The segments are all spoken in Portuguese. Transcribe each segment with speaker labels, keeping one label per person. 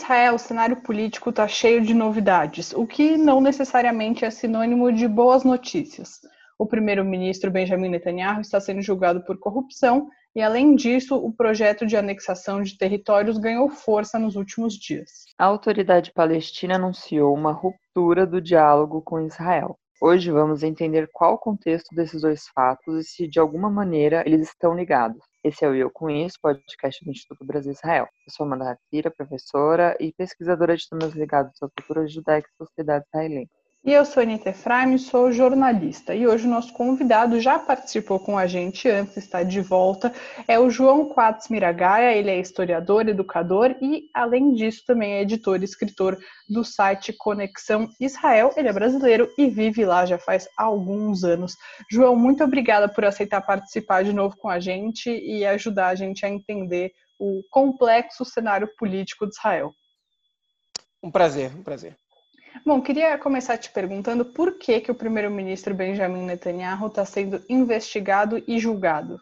Speaker 1: Israel, o cenário político está cheio de novidades, o que não necessariamente é sinônimo de boas notícias. O primeiro-ministro Benjamin Netanyahu está sendo julgado por corrupção e, além disso, o projeto de anexação de territórios ganhou força nos últimos dias.
Speaker 2: A autoridade palestina anunciou uma ruptura do diálogo com Israel. Hoje vamos entender qual o contexto desses dois fatos e se, de alguma maneira, eles estão ligados. Esse é o Eu Com Isso, podcast do Instituto Brasil-Israel. Eu sou Amanda Hatira, professora e pesquisadora de temas ligados à cultura judaica e sociedade israelense.
Speaker 1: E eu sou Anita Efraim, sou jornalista. E hoje o nosso convidado já participou com a gente antes, está de volta, é o João Quatz Miragaia. Ele é historiador, educador e, além disso, também é editor e escritor do site Conexão Israel. Ele é brasileiro e vive lá já faz alguns anos. João, muito obrigada por aceitar participar de novo com a gente e ajudar a gente a entender o complexo cenário político de Israel.
Speaker 3: Um prazer, um prazer.
Speaker 1: Bom, queria começar te perguntando por que o primeiro-ministro Benjamin Netanyahu está sendo investigado e julgado.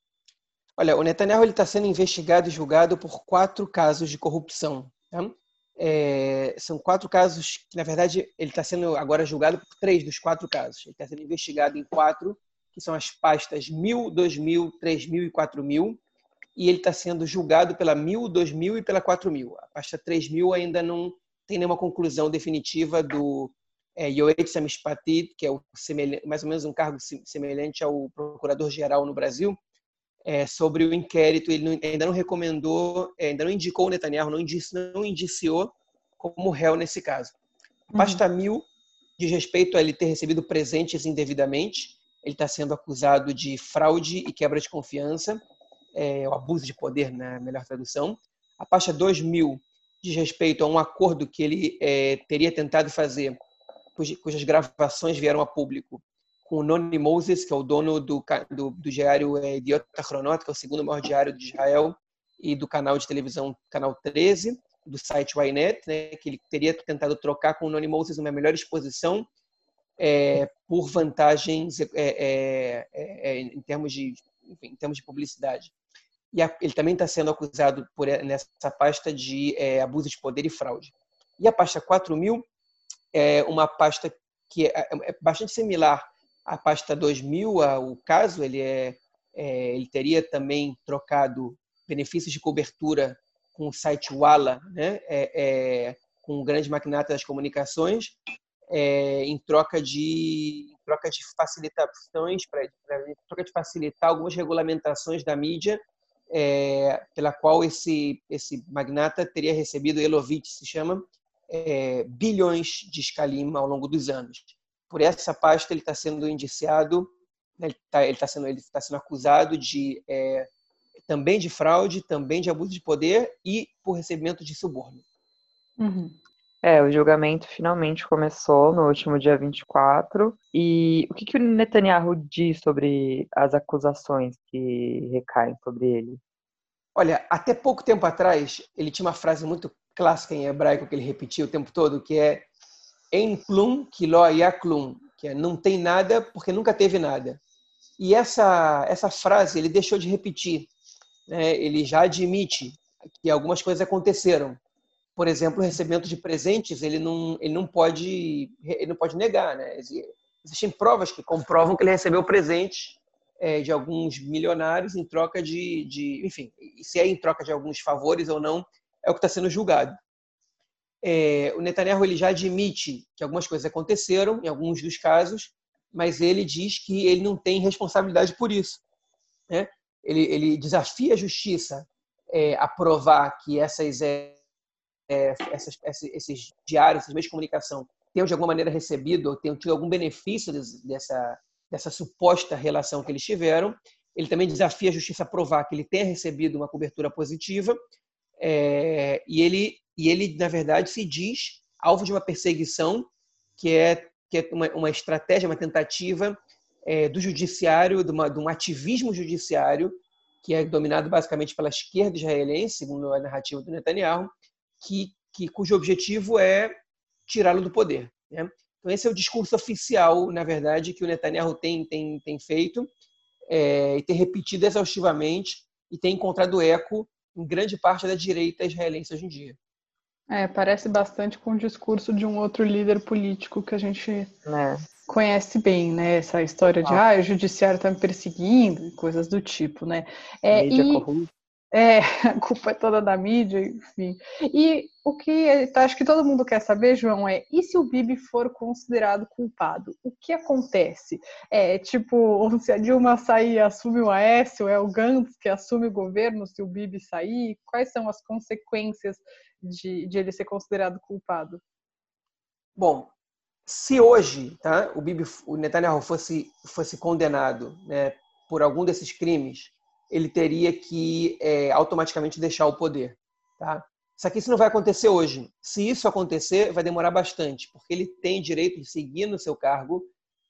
Speaker 3: Olha, o Netanyahu está sendo investigado e julgado por 4 casos de corrupção. Tá? São 4 casos que, na verdade, ele está sendo agora julgado por 3 dos 4 casos. Ele está sendo investigado em 4, que são as pastas 1000, 2000, 3000 e 4000. E ele está sendo julgado pela 1000, 2000 e pela 4000. A pasta 3000 ainda não tem nenhuma conclusão definitiva do Yoetz HaMishpatit, que é mais ou menos um cargo semelhante ao procurador-geral no Brasil, sobre o inquérito. Ele ainda não recomendou, ainda não indicou o Netanyahu, não indiciou como réu nesse caso. A pasta 1000 diz respeito a ele ter recebido presentes indevidamente. Ele está sendo acusado de fraude e quebra de confiança, o abuso de poder, na melhor tradução. A pasta 2000 diz respeito a um acordo que ele teria tentado fazer, cujas gravações vieram a público, com o Noni Moses, que é o dono do diário Yediot Ahronot, que é o segundo maior diário de Israel, e do canal de televisão Canal 13, do site Ynet, né, que ele teria tentado trocar com o Noni Moses uma melhor exposição por vantagens em termos de publicidade. E ele também está sendo acusado nessa pasta de abuso de poder e fraude. E a pasta 4000 é uma pasta que é bastante similar à pasta 2000. O caso, ele teria também trocado benefícios de cobertura com o site Walla, né? Com o grande magnata das comunicações, em troca de facilitações, troca de facilitar algumas regulamentações da mídia, pela qual esse magnata teria recebido, Elovitch se chama, bilhões de escalim ao longo dos anos. Por essa pasta ele está sendo indiciado, né, ele está sendo acusado também de fraude, também de abuso de poder e por recebimento de suborno.
Speaker 2: O julgamento finalmente começou no último dia 24. E o que o Netanyahu diz sobre as acusações que recaem sobre ele?
Speaker 3: Olha, até pouco tempo atrás, ele tinha uma frase muito clássica em hebraico que ele repetia o tempo todo, que é Ein klum ki lo haya klum, que é não tem nada porque nunca teve nada. E essa frase ele deixou de repetir, né? Ele já admite que algumas coisas aconteceram. Por exemplo, o recebimento de presentes, ele não pode negar, né? Existem provas que comprovam que ele recebeu presentes de alguns milionários em troca enfim, se é em troca de alguns favores ou não, é o que está sendo julgado. O Netanyahu ele já admite que algumas coisas aconteceram, em alguns dos casos, mas ele diz que ele não tem responsabilidade por isso, né? Ele desafia a justiça a provar que esses diários, esses meios de comunicação, tenham de alguma maneira recebido ou tenham tido algum benefício dessa suposta relação que eles tiveram. Ele também desafia a justiça a provar que ele tenha recebido uma cobertura positiva, e ele, na verdade, se diz alvo de uma perseguição que é uma estratégia, uma tentativa do judiciário, de um ativismo judiciário, que é dominado basicamente pela esquerda israelense, segundo a narrativa do Netanyahu, cujo objetivo é tirá-lo do poder, né? Então, esse é o discurso oficial, na verdade, que o Netanyahu tem feito e tem repetido exaustivamente e tem encontrado eco em grande parte da direita israelense hoje em dia.
Speaker 1: Parece bastante com o discurso de um outro líder político que a gente conhece bem, né? Essa história de o judiciário está me perseguindo e coisas do tipo, né?
Speaker 2: Mídia corrupta.
Speaker 1: A culpa é toda da mídia, enfim. E o que acho que todo mundo quer saber, João, e se o Bibi for considerado culpado? O que acontece? Tipo, se a Dilma sair e assume o Aécio, é o Gantz que assume o governo se o Bibi sair? Quais são as consequências de ele ser considerado culpado?
Speaker 3: Bom, se hoje, tá, o Netanyahu fosse condenado, né, por algum desses crimes, ele teria que automaticamente deixar o poder. Tá? Só que isso não vai acontecer hoje. Se isso acontecer, vai demorar bastante, porque ele tem direito de seguir no seu cargo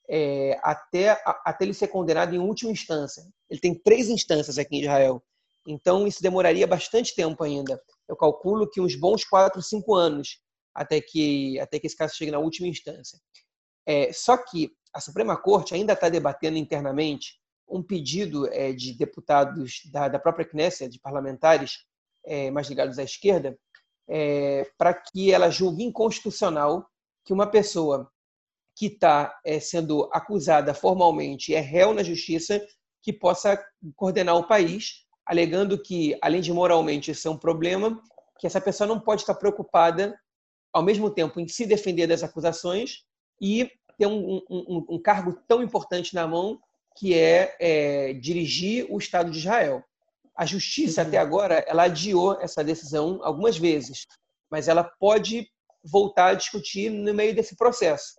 Speaker 3: até ele ser condenado em última instância. Ele tem 3 instâncias aqui em Israel. Então, isso demoraria bastante tempo ainda. Eu calculo que uns bons 4, 5 anos até que esse caso chegue na última instância. Só que a Suprema Corte ainda está debatendo internamente um pedido de deputados da própria Knesset, de parlamentares mais ligados à esquerda, para que ela julgue inconstitucional que uma pessoa que está sendo acusada formalmente, é réu na justiça, que possa coordenar o país, alegando que, além de moralmente isso é um problema, que essa pessoa não pode estar preocupada, ao mesmo tempo, em se defender das acusações e ter um cargo tão importante na mão, que é dirigir o Estado de Israel. A justiça, até agora, ela adiou essa decisão algumas vezes, mas ela pode voltar a discutir no meio desse processo.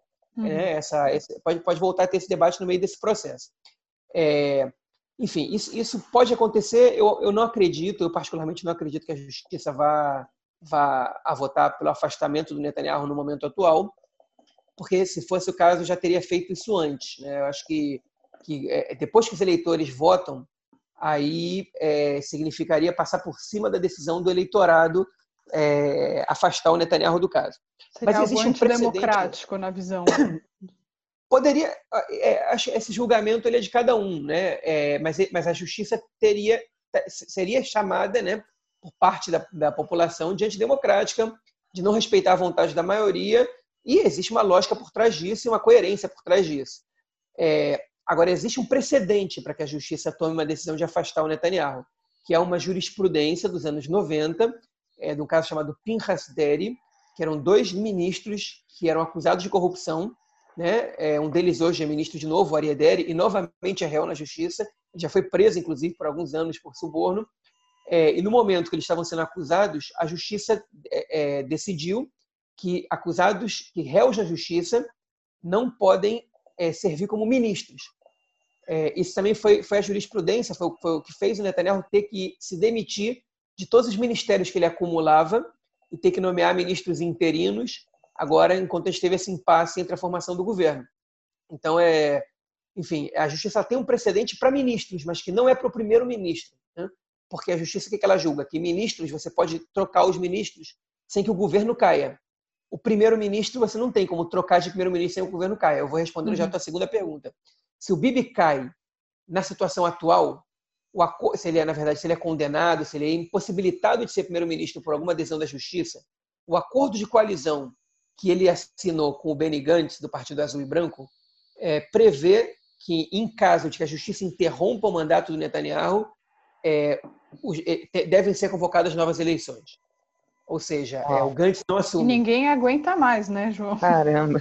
Speaker 3: Pode voltar a ter esse debate no meio desse processo. Enfim, isso pode acontecer. Eu não acredito, eu particularmente não acredito que a justiça vá a votar pelo afastamento do Netanyahu no momento atual, porque se fosse o caso, já teria feito isso antes. Né? Eu acho que depois que os eleitores votam, aí significaria passar por cima da decisão do eleitorado afastar o Netanyahu do caso.
Speaker 1: Seria algo antidemocrático na visão.
Speaker 3: Poderia, acho que esse julgamento ele é de cada um, né? Mas a justiça seria chamada, né, por parte da população de antidemocrática, de não respeitar a vontade da maioria, e existe uma lógica por trás disso e uma coerência por trás disso. Agora, existe um precedente para que a justiça tome uma decisão de afastar o Netanyahu, que é uma jurisprudência dos anos 90, de um caso chamado Pinchas Deri, que eram 2 ministros que eram acusados de corrupção, né? Um deles hoje é ministro de novo, o Aryeh Deri, e novamente é réu na justiça, já foi preso, inclusive, por alguns anos por suborno. E no momento que eles estavam sendo acusados, a justiça decidiu que réus na justiça não podem servir como ministros. Isso também foi a jurisprudência, foi o que fez o Netanyahu ter que se demitir de todos os ministérios que ele acumulava e ter que nomear ministros interinos, agora, enquanto esteve esse impasse entre a formação do governo. Então, enfim, a justiça tem um precedente para ministros, mas que não é para o primeiro-ministro. Né? Porque a justiça, o que ela julga? Que ministros, você pode trocar os ministros sem que o governo caia. O primeiro-ministro, você não tem como trocar de primeiro-ministro sem que o governo caia. Eu vou responder já a tua segunda pergunta. Se o Bibi cai na situação atual, se ele é condenado, se ele é impossibilitado de ser primeiro-ministro por alguma decisão da justiça, o acordo de coalizão que ele assinou com o Benny Gantz, do Partido Azul e Branco, prevê que, em caso de que a justiça interrompa o mandato do Netanyahu, devem ser convocadas novas eleições. Ou seja, o Gantz não assume.
Speaker 1: E ninguém aguenta mais, né, João?
Speaker 2: Caramba!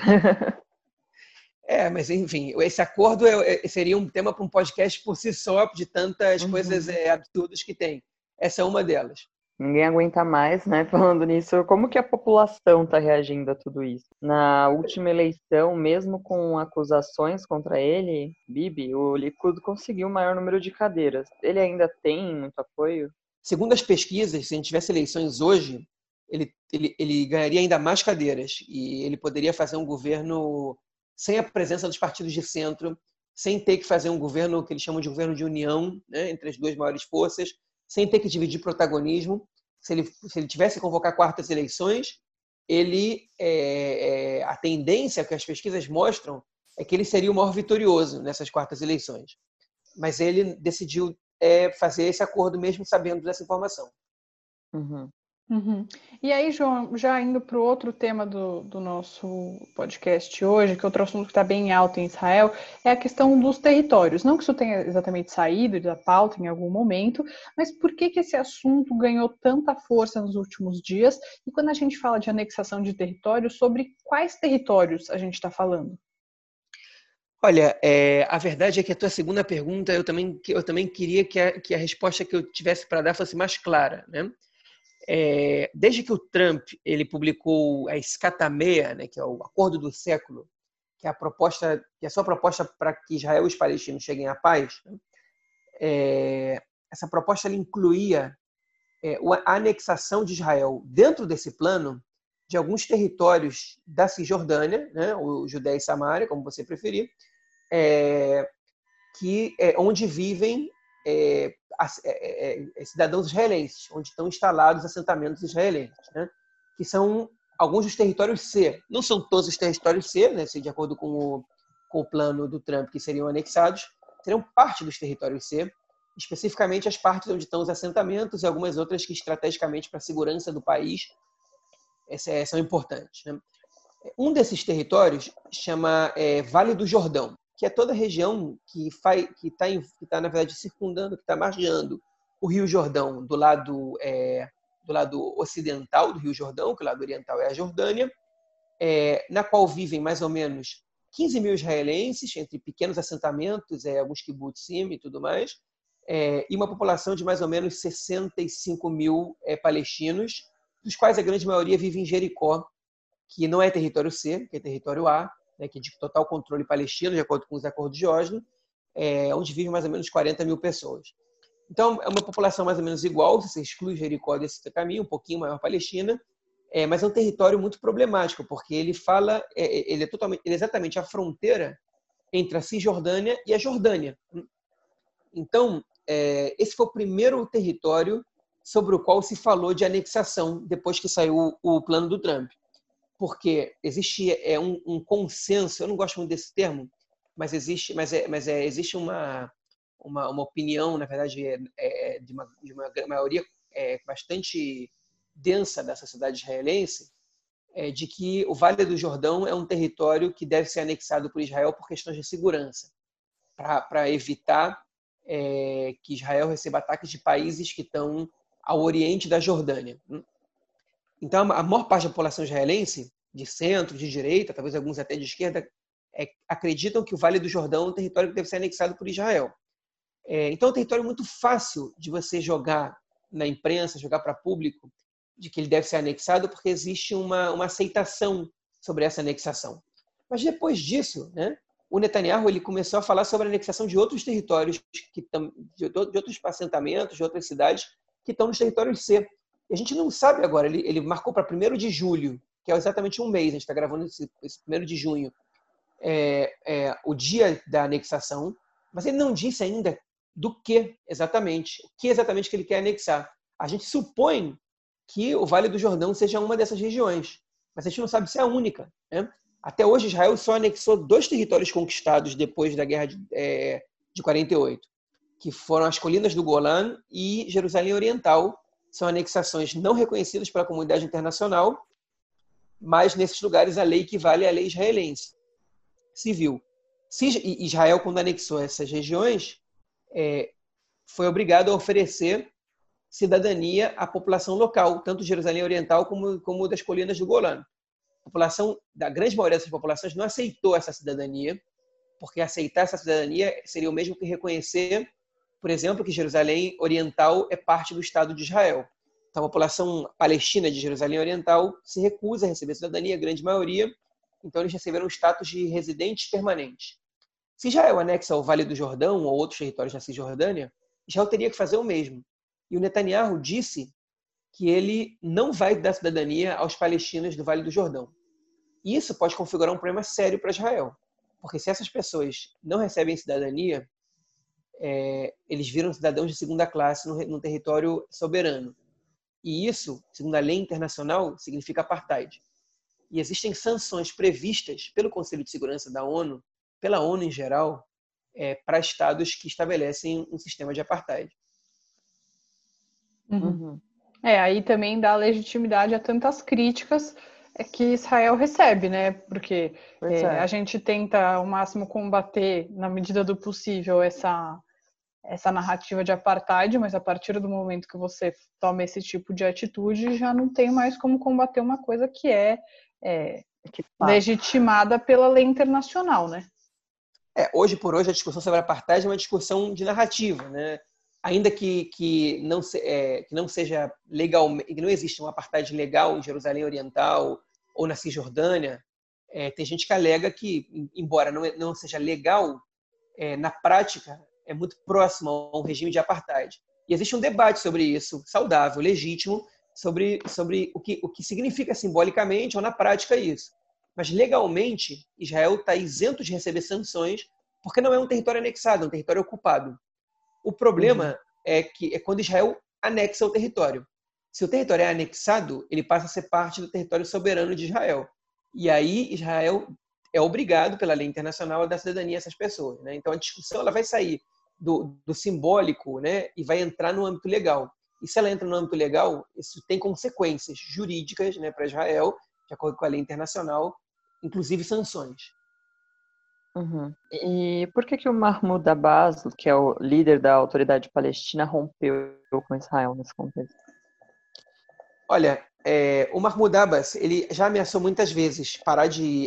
Speaker 3: Mas enfim, esse acordo seria um tema para um podcast por si só, de tantas coisas absurdas que tem. Essa é uma delas.
Speaker 2: Ninguém aguenta mais, né? Falando nisso, como que a população está reagindo a tudo isso? Na última eleição, mesmo com acusações contra ele, Bibi, o Likud conseguiu o maior número de cadeiras. Ele ainda tem muito apoio?
Speaker 3: Segundo as pesquisas, se a gente tivesse eleições hoje, ele ganharia ainda mais cadeiras e ele poderia fazer um governo sem a presença dos partidos de centro, sem ter que fazer um governo que eles chamam de governo de união, né, entre as 2 maiores forças, sem ter que dividir protagonismo. Se ele tivesse que convocar quartas eleições, a tendência que as pesquisas mostram é que ele seria o maior vitorioso nessas quartas eleições. Mas ele decidiu fazer esse acordo mesmo sabendo dessa informação.
Speaker 2: Uhum.
Speaker 1: Uhum. E aí, João, já indo para o outro tema do nosso podcast hoje, que é outro assunto que está bem alto em Israel, é a questão dos territórios. Não que isso tenha exatamente saído da pauta em algum momento, mas por que esse assunto ganhou tanta força nos últimos dias? E quando a gente fala de anexação de territórios, sobre quais territórios a gente está falando?
Speaker 3: Olha, a verdade é que a tua segunda pergunta, eu também queria que a resposta que eu tivesse para dar fosse mais clara, né? Desde que o Trump ele publicou a Escatameia, né, que é o Acordo do Século, que é a sua proposta para que Israel e os palestinos cheguem à paz, né? Essa proposta ela incluía a anexação de Israel dentro desse plano de alguns territórios da Cisjordânia, né, o Judéia e Samária, como você preferir, onde vivem cidadãos israelenses, onde estão instalados assentamentos israelenses, né? Que são alguns dos territórios C. Não são todos os territórios C, né? De acordo com o plano do Trump, que seriam anexados, seriam parte dos territórios C, especificamente as partes onde estão os assentamentos e algumas outras que, estrategicamente, para a segurança do país, são importantes, né? Um desses territórios chama Vale do Jordão, que é toda a região que está, na verdade, circundando, que está margeando o Rio Jordão do lado ocidental do Rio Jordão, que o lado oriental é a Jordânia, na qual vivem mais ou menos 15 mil israelenses, entre pequenos assentamentos, alguns kibbutzim e tudo mais, e uma população de mais ou menos 65 mil palestinos, dos quais a grande maioria vive em Jericó, que não é território C, que é território A, né, que é de total controle palestino, de acordo com os acordos de Oslo, onde vivem mais ou menos 40 mil pessoas. Então, é uma população mais ou menos igual, se você exclui Jericó desse caminho, um pouquinho maior Palestina, mas é um território muito problemático, porque ele é exatamente a fronteira entre a Cisjordânia e a Jordânia. Então, esse foi o primeiro território sobre o qual se falou de anexação depois que saiu o plano do Trump. Porque existe um consenso, eu não gosto muito desse termo, mas existe uma opinião, na verdade, de uma maioria bastante densa da sociedade israelense, de que o Vale do Jordão é um território que deve ser anexado por Israel por questões de segurança, para evitar que Israel receba ataques de países que estão ao oriente da Jordânia. Então, a maior parte da população israelense, de centro, de direita, talvez alguns até de esquerda, acreditam que o Vale do Jordão é um território que deve ser anexado por Israel. Então, é um território muito fácil de você jogar na imprensa, jogar para público, de que ele deve ser anexado, porque existe uma aceitação sobre essa anexação. Mas depois disso, né, o Netanyahu ele começou a falar sobre a anexação de outros territórios, de outros assentamentos, de outras cidades, que estão nos territórios C. E a gente não sabe agora, ele marcou para 1º de julho, que é exatamente um mês, a gente está gravando esse 1º de junho, o dia da anexação, mas ele não disse ainda do que exatamente que ele quer anexar. A gente supõe que o Vale do Jordão seja uma dessas regiões, mas a gente não sabe se é a única, né? Até hoje, Israel só anexou 2 territórios conquistados depois da Guerra de 48, que foram as Colinas do Golã e Jerusalém Oriental. São anexações não reconhecidas pela comunidade internacional, mas nesses lugares a lei equivale à lei israelense civil. Israel, quando anexou essas regiões, foi obrigado a oferecer cidadania à população local, tanto de Jerusalém Oriental como das Colinas do Golã. A grande maioria dessas populações não aceitou essa cidadania, porque aceitar essa cidadania seria o mesmo que reconhecer, por exemplo, que Jerusalém Oriental é parte do Estado de Israel. Então, a população palestina de Jerusalém Oriental se recusa a receber cidadania, a grande maioria, então eles receberam o status de residentes permanentes. Se Israel anexa o Vale do Jordão ou outros territórios na Cisjordânia, Israel teria que fazer o mesmo. E o Netanyahu disse que ele não vai dar cidadania aos palestinos do Vale do Jordão. E isso pode configurar um problema sério para Israel, porque se essas pessoas não recebem cidadania, eles viram cidadãos de segunda classe no território soberano. E isso, segundo a lei internacional, significa apartheid. E existem sanções previstas pelo Conselho de Segurança da ONU, pela ONU em geral, para estados que estabelecem um sistema de apartheid.
Speaker 1: Uhum. Aí também dá legitimidade a tantas críticas que Israel recebe, né? Porque
Speaker 2: Pois é.
Speaker 1: a gente tenta ao máximo combater, na medida do possível, essa narrativa de apartheid, mas a partir do momento que você toma esse tipo de atitude, já não tem mais como combater uma coisa que é legitimada pela lei internacional, né?
Speaker 3: Hoje por hoje, a discussão sobre apartheid é uma discussão de narrativa, né? Ainda que não seja legal, que não existe um apartheid legal em Jerusalém Oriental ou na Cisjordânia, tem gente que alega que, embora não seja legal, na prática é muito próximo a um regime de apartheid. E existe um debate sobre isso, saudável, legítimo, sobre o que significa simbolicamente ou na prática isso. Mas legalmente, Israel está isento de receber sanções porque não é um território anexado, é um território ocupado. O problema é quando Israel anexa o território. Se o território é anexado, ele passa a ser parte do território soberano de Israel. E aí Israel é obrigado pela lei internacional a dar cidadania a essas pessoas, né? Então a discussão ela vai sair do simbólico, né, e vai entrar no âmbito legal. E se ela entra no âmbito legal, isso tem consequências jurídicas, né, para Israel, de acordo com a lei internacional, inclusive sanções.
Speaker 2: E por que o Mahmoud Abbas, que é o líder da autoridade palestina, rompeu com Israel nesse contexto?
Speaker 3: Olha, o Mahmoud Abbas ele já ameaçou muitas vezes parar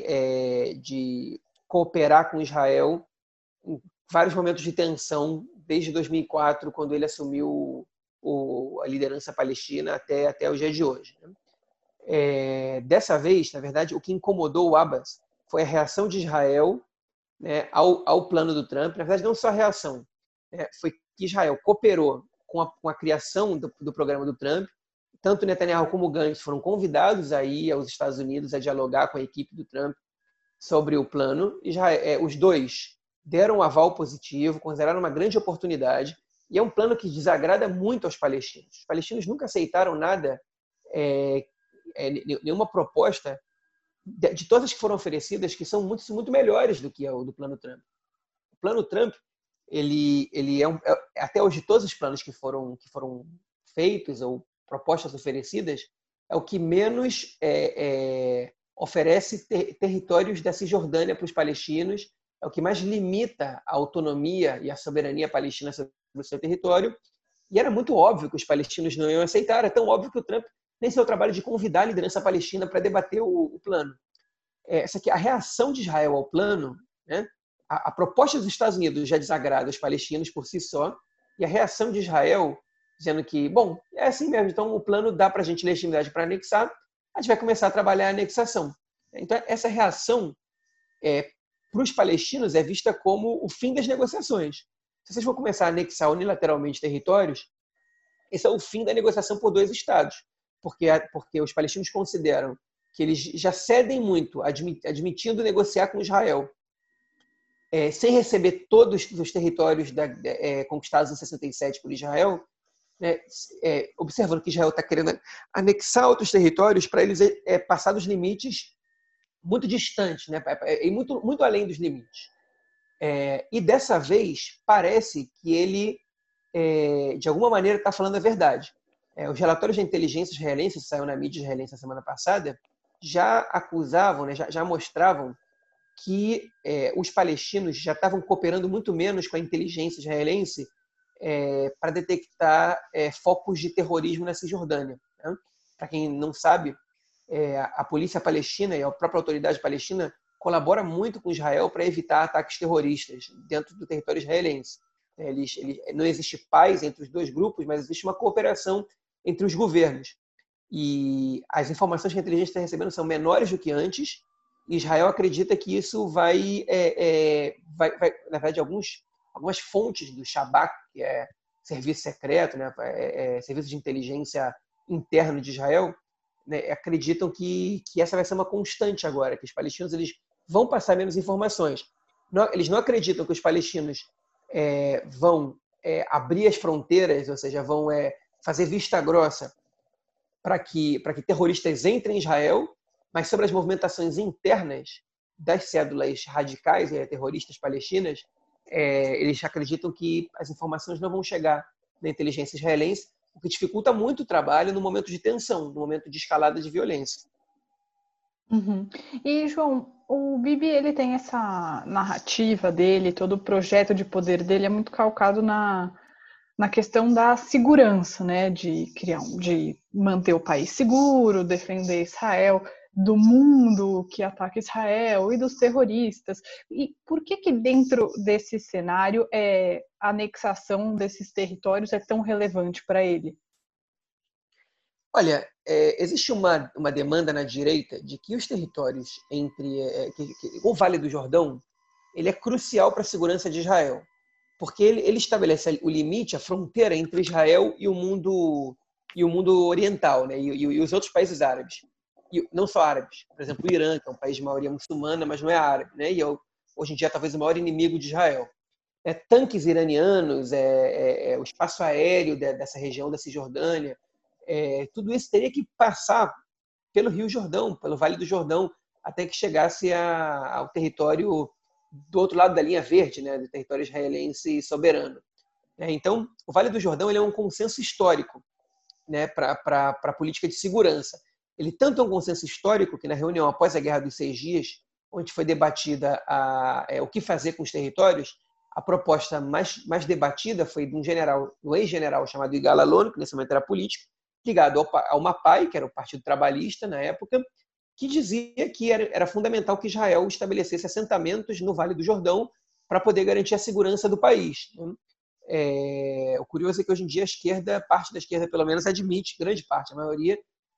Speaker 3: de cooperar com Israel em vários momentos de tensão, desde 2004, quando ele assumiu a liderança palestina, até o dia de hoje. Dessa vez, na verdade, o que incomodou o Abbas foi a reação de Israel, né, ao plano do Trump. Na verdade, não só a reação, né, foi que Israel cooperou com a criação do programa do Trump. Tanto Netanyahu como Gantz foram convidados aí aos Estados Unidos a dialogar com a equipe do Trump sobre o plano. Os dois deram um aval positivo, consideraram uma grande oportunidade, e é um plano que desagrada muito aos palestinos. Os palestinos nunca aceitaram nada, nenhuma proposta de todas as que foram oferecidas, que são muito, muito melhores do que o do plano Trump. O plano Trump, ele até hoje, todos os planos que foram feitos ou propostas oferecidas, é o que menos oferece territórios da Cisjordânia para os palestinos, é o que mais limita a autonomia e a soberania palestina sobre o seu território, e era muito óbvio que os palestinos não iam aceitar, é tão óbvio que o Trump nem se deu o trabalho de convidar a liderança palestina para debater o plano. Essa aqui, a reação de Israel ao plano, né? A proposta dos Estados Unidos já desagrada os palestinos por si só, e a reação de Israel dizendo que, bom, é assim mesmo, então o plano dá para a gente legitimidade para anexar, a gente vai começar a trabalhar a anexação. Então, essa reação para os palestinos é vista como o fim das negociações. Se vocês vão começar a anexar unilateralmente territórios, esse é o fim da negociação por dois estados, porque os palestinos consideram que eles já cedem muito, admitindo negociar com Israel, sem receber todos os territórios conquistados em 67 por Israel, né, observando que Israel está querendo anexar outros territórios para eles passar dos limites muito distantes, né, e muito, muito além dos limites. E dessa vez, parece que ele, de alguma maneira, está falando a verdade. Os relatórios de inteligência israelense, que saiu na mídia israelense na semana passada, já acusavam, né, já mostravam que os palestinos já estavam cooperando muito menos com a inteligência israelense para detectar focos de terrorismo na Cisjordânia. Né? Para quem não sabe, a polícia palestina e a própria autoridade palestina colabora muito com Israel para evitar ataques terroristas dentro do território israelense. Não existe paz entre os dois grupos, mas existe uma cooperação entre os governos. E as informações que a inteligência está recebendo são menores do que antes. E Israel acredita que isso vai na verdade, algumas fontes do Shabak, que é serviço secreto, né, serviço de inteligência interno de Israel, né, acreditam que essa vai ser uma constante agora, que os palestinos eles vão passar menos informações. Eles não acreditam que os palestinos vão abrir as fronteiras, ou seja, vão fazer vista grossa para que terroristas entrem em Israel, mas sobre as movimentações internas das cédulas radicais terroristas palestinas, eles acreditam que as informações não vão chegar na inteligência israelense, o que dificulta muito o trabalho no momento de tensão, no momento de escalada de violência.
Speaker 1: Uhum. E, João, o Bibi, ele tem essa narrativa dele, todo o projeto de poder dele é muito calcado na questão da segurança, né? De manter o país seguro, defender Israel do mundo que ataca Israel e dos terroristas. E por que dentro desse cenário a anexação desses territórios é tão relevante para ele?
Speaker 3: Olha, existe uma demanda na direita de que os territórios entre o Vale do Jordão ele é crucial para a segurança de Israel, porque ele estabelece o limite, a fronteira entre Israel e o mundo oriental, né? E os outros países árabes. E não só árabes, por exemplo, o Irã, que é um país de maioria muçulmana, mas não é árabe, né? E hoje em dia talvez o maior inimigo de Israel. Tanques iranianos, o espaço aéreo dessa região da Cisjordânia, tudo isso teria que passar pelo Rio Jordão, pelo Vale do Jordão, até que chegasse ao território do outro lado da linha verde, né, do território israelense soberano. Então, o Vale do Jordão ele é um consenso histórico, né, para a política de segurança. Ele tanto é um consenso histórico que na reunião após a Guerra dos 6 Dias, onde foi debatida o que fazer com os territórios, a proposta mais debatida foi de um ex-general chamado Yigal Allon, que nesse momento era político, ligado ao MAPAI, que era o Partido Trabalhista na época, que dizia que era fundamental que Israel estabelecesse assentamentos no Vale do Jordão para poder garantir a segurança do país. O curioso é que hoje em dia a esquerda, parte da esquerda pelo menos, admite, grande parte, a maioria,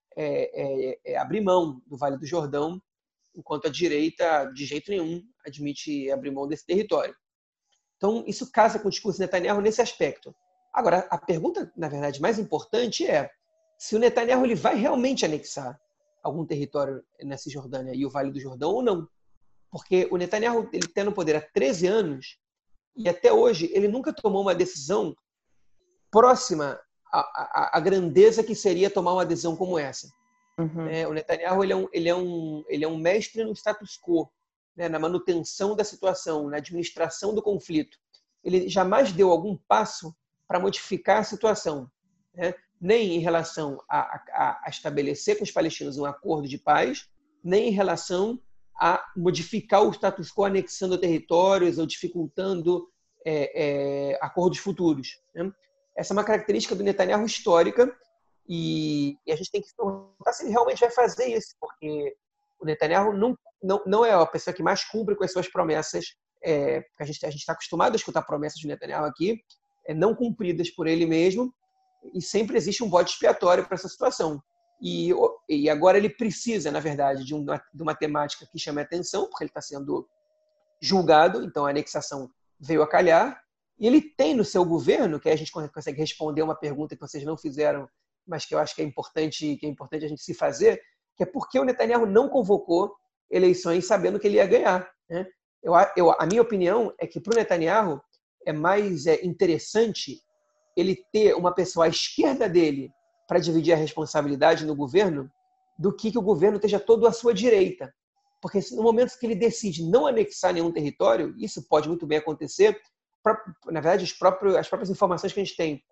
Speaker 3: abrir mão do Vale do Jordão, enquanto a direita, de jeito nenhum, admite abrir mão desse território. Então, isso casa com o discurso de Netanyahu nesse aspecto. Agora, a pergunta, na verdade, mais importante é se o Netanyahu ele vai realmente anexar algum território na Cisjordânia e o Vale do Jordão ou não. Porque o Netanyahu ele está no poder há 13 anos e até hoje ele nunca tomou uma decisão próxima à grandeza que seria tomar uma decisão como essa.
Speaker 2: Uhum.
Speaker 3: O Netanyahu ele é um mestre no status quo, né, na manutenção da situação, na administração do conflito. Ele jamais deu algum passo para modificar a situação, né? Nem em relação a estabelecer com os palestinos um acordo de paz, nem em relação a modificar o status quo anexando territórios ou dificultando acordos futuros, né? Essa é uma característica do Netanyahu histórica e a gente tem que se perguntar se ele realmente vai fazer isso, porque o Netanyahu não é a pessoa que mais cumpre com as suas promessas. A gente está acostumado a escutar promessas de Netanyahu aqui, não cumpridas por ele mesmo, e sempre existe um bode expiatório para essa situação. E agora ele precisa, na verdade, de uma temática que chame a atenção, porque ele está sendo julgado, então a anexação veio a calhar, e ele tem no seu governo, que aí a gente consegue responder uma pergunta que vocês não fizeram, mas que eu acho que é importante a gente se fazer, que é por que o Netanyahu não convocou eleições sabendo que ele ia ganhar, né? A minha opinião é que para o Netanyahu é mais interessante ele ter uma pessoa à esquerda dele para dividir a responsabilidade no governo do que o governo esteja todo à sua direita. Porque no momento que ele decide não anexar nenhum território, isso pode muito bem acontecer, na verdade, as próprias informações que a gente tem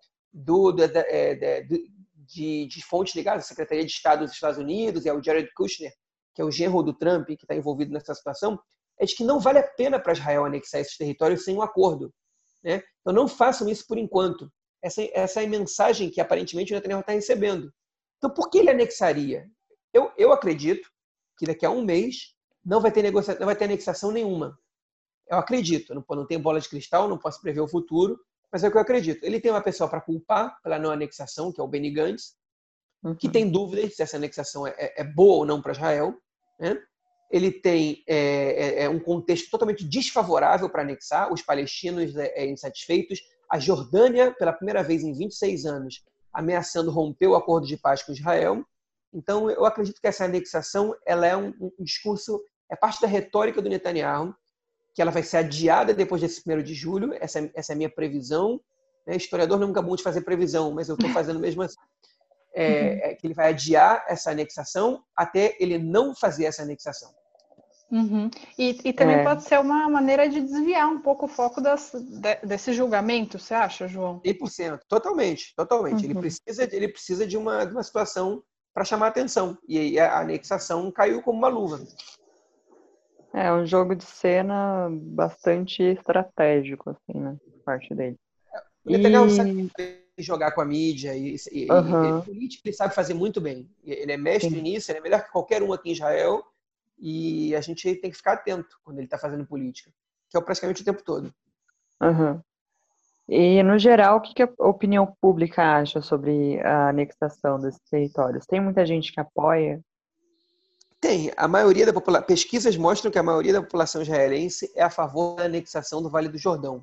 Speaker 3: de fontes ligadas à Secretaria de Estado dos Estados Unidos e ao Jared Kushner, que é o genro do Trump, que está envolvido nessa situação, é de que não vale a pena para Israel anexar esses territórios sem um acordo, né? Então não façam isso por enquanto. Essa é a mensagem que aparentemente o Netanyahu está recebendo. Então por que ele anexaria? Eu acredito que daqui a um mês não vai ter anexação nenhuma. Eu acredito, não tenho bola de cristal, não posso prever o futuro, mas é o que eu acredito. Ele tem uma pessoa para culpar pela não anexação, que é o Benny Gantz, que tem dúvidas se essa anexação é boa ou não para Israel, né? Ele tem um contexto totalmente desfavorável para anexar, os palestinos insatisfeitos, a Jordânia, pela primeira vez em 26 anos, ameaçando romper o acordo de paz com Israel. Então, eu acredito que essa anexação ela é um discurso, é parte da retórica do Netanyahu, que ela vai ser adiada depois desse 1º de julho, essa é a minha previsão. Historiador nunca é bom de fazer previsão, mas eu estou fazendo mesmo assim. Que ele vai adiar essa anexação até ele não fazer essa anexação.
Speaker 1: Uhum. E também
Speaker 2: É,
Speaker 1: pode ser uma maneira de desviar um pouco o foco desse julgamento, você acha, João?
Speaker 3: 100%, totalmente, totalmente.
Speaker 2: uhum.
Speaker 3: Ele precisa de uma situação para chamar atenção. E aí a anexação caiu como uma luva.
Speaker 2: É um jogo de cena bastante estratégico, assim, né? Por parte dele.
Speaker 3: O Netanyahu sabe
Speaker 2: E,
Speaker 3: jogar com a mídia
Speaker 2: aham,
Speaker 3: política ele sabe fazer muito bem. Ele é mestre
Speaker 2: sim,
Speaker 3: nisso, ele é melhor que qualquer um aqui em Israel e a gente tem que ficar atento quando ele está fazendo política, que é praticamente o tempo todo.
Speaker 2: aham. E, no geral, o que que a opinião pública acha sobre a anexação desses territórios? Tem muita gente que apoia?
Speaker 3: Tem, a maioria da população, pesquisas mostram que a maioria da população israelense é a favor da anexação do Vale do Jordão.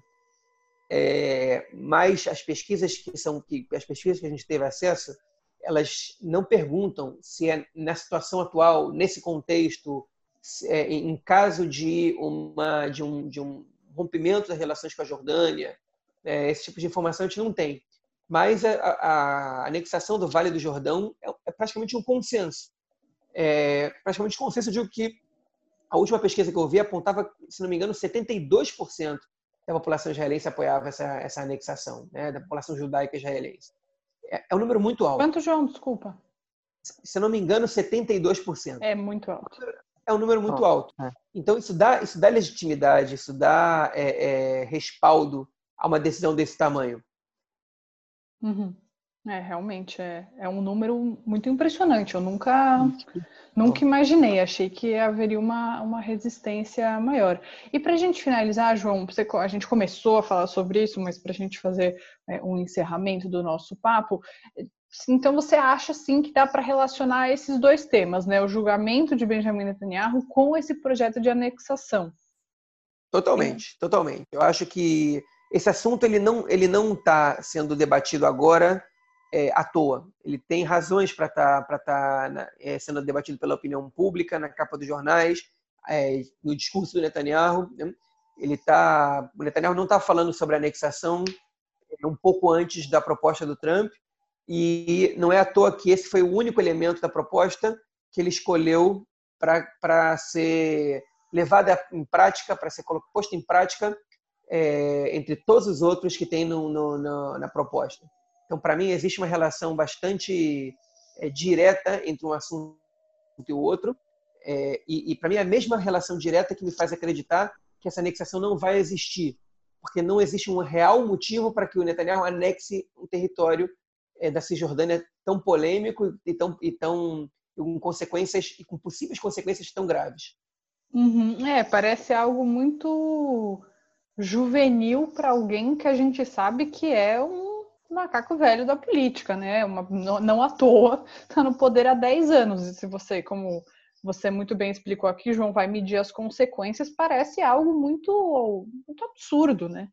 Speaker 3: Mas as pesquisas que a gente teve acesso, elas não perguntam se é na situação atual, nesse contexto, em caso de um rompimento das relações com a Jordânia, esse tipo de informação a gente não tem. Mas a anexação do Vale do Jordão é praticamente um consenso. Praticamente um consenso, eu digo que a última pesquisa que eu vi apontava, se não me engano, 72% da população israelense apoiava essa anexação, né, da população judaica israelense. É um número muito alto.
Speaker 1: Quanto, João? Desculpa.
Speaker 3: Se não me engano, 72%.
Speaker 1: É muito alto.
Speaker 3: É um número muito
Speaker 2: Ó,
Speaker 3: alto.
Speaker 2: é.
Speaker 3: Então, isso dá legitimidade, isso dá respaldo a uma decisão desse tamanho.
Speaker 1: Uhum. Realmente é um número muito impressionante. Eu nunca
Speaker 3: Bom,
Speaker 1: imaginei, achei que haveria uma resistência maior. E para a gente finalizar, João, a gente começou a falar sobre isso, mas para a gente fazer um encerramento do nosso papo, então você acha sim que dá para relacionar esses dois temas, né? O julgamento de Benjamin Netanyahu com esse projeto de anexação. Tem...
Speaker 3: totalmente, totalmente. Eu acho que esse assunto ele não está sendo debatido agora à toa. Ele tem razões para estar sendo debatido pela opinião pública, na capa dos jornais, no discurso do Netanyahu. Né? O Netanyahu não está falando sobre anexação um pouco antes da proposta do Trump, e não é à toa que esse foi o único elemento da proposta que ele escolheu para ser levada em prática, para ser posto em prática entre todos os outros que tem na proposta. Então, para mim, existe uma relação bastante direta entre um assunto e o outro, e para mim é a mesma relação direta que me faz acreditar que essa anexação não vai existir, porque não existe um real motivo para que o Netanyahu anexe um território da Cisjordânia tão polêmico com consequências e com possíveis consequências tão graves.
Speaker 1: Uhum. Parece algo muito juvenil para alguém que a gente sabe que é um macaco velho da política, né? Não à toa está no poder há 10 anos. E se você, como você muito bem explicou aqui, João, vai medir as consequências, parece algo muito absurdo, né?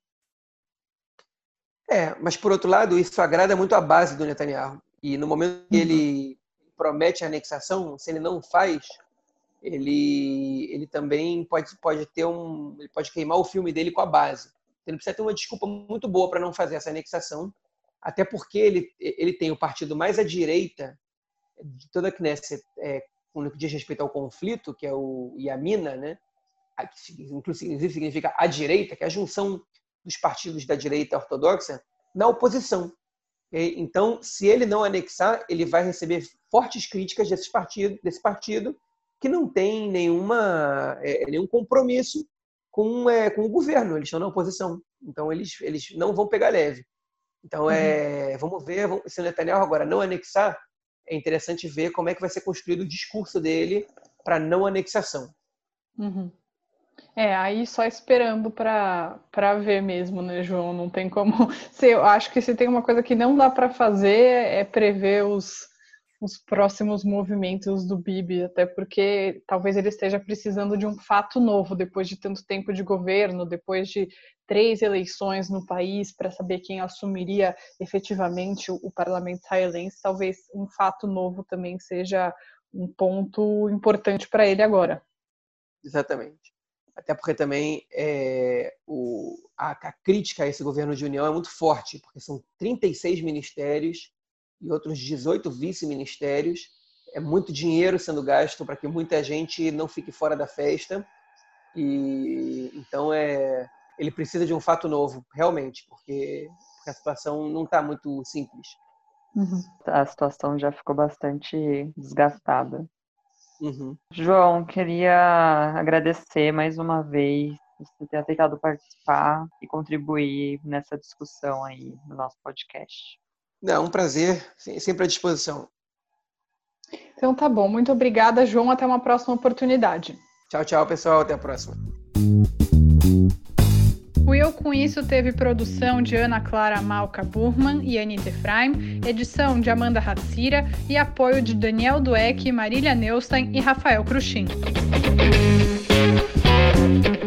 Speaker 3: Mas por outro lado, isso agrada muito a base do Netanyahu. E no momento que
Speaker 2: Uhum.
Speaker 3: ele promete a anexação, se ele não faz, ele também ele pode queimar o filme dele com a base. Ele precisa ter uma desculpa muito boa para não fazer essa anexação, até porque ele tem o partido mais à direita de toda a Knesset, no que diz respeito ao conflito, que é o Yamina, né? Que inclusive significa a direita, que é a junção dos partidos da direita ortodoxa, na oposição. Então, se ele não anexar, ele vai receber fortes críticas desse partido que não tem nenhum compromisso com o governo, eles estão na oposição. Então, eles não vão pegar leve. Então,
Speaker 1: Uhum.
Speaker 3: vamos ver se o Netanyahu agora não anexar, é interessante ver como é que vai ser construído o discurso dele para não anexação.
Speaker 1: Uhum. Aí só esperando para ver mesmo, né, João? Não tem como. Eu acho que se tem uma coisa que não dá para fazer é prever os próximos movimentos do Bibi, até porque talvez ele esteja precisando de um fato novo depois de tanto tempo de governo, depois de 3 eleições no país para saber quem assumiria efetivamente o parlamento israelense. Talvez um fato novo também seja um ponto importante para ele agora.
Speaker 3: Exatamente. Até porque também a crítica a esse governo de união é muito forte, porque são 36 ministérios e outros 18 vice-ministérios. é muito dinheiro sendo gasto para que muita gente não fique fora da festa. E então ele precisa de um fato novo, realmente, porque a situação não está muito simples.
Speaker 2: Uhum. A situação já ficou bastante desgastada.
Speaker 3: Uhum.
Speaker 2: João, queria agradecer mais uma vez você ter aceitado participar e contribuir nessa discussão aí no nosso podcast.
Speaker 3: Não, um prazer, sempre à disposição.
Speaker 1: Então tá bom, muito obrigada, João, até uma próxima oportunidade.
Speaker 3: Tchau, tchau, pessoal, até a próxima.
Speaker 1: O Eu Com Isso teve produção de Ana Clara Malca Burman e Anita Efraim, edição de Amanda Hatzira e apoio de Daniel Dueck, Marília Neustein e Rafael Cruchin.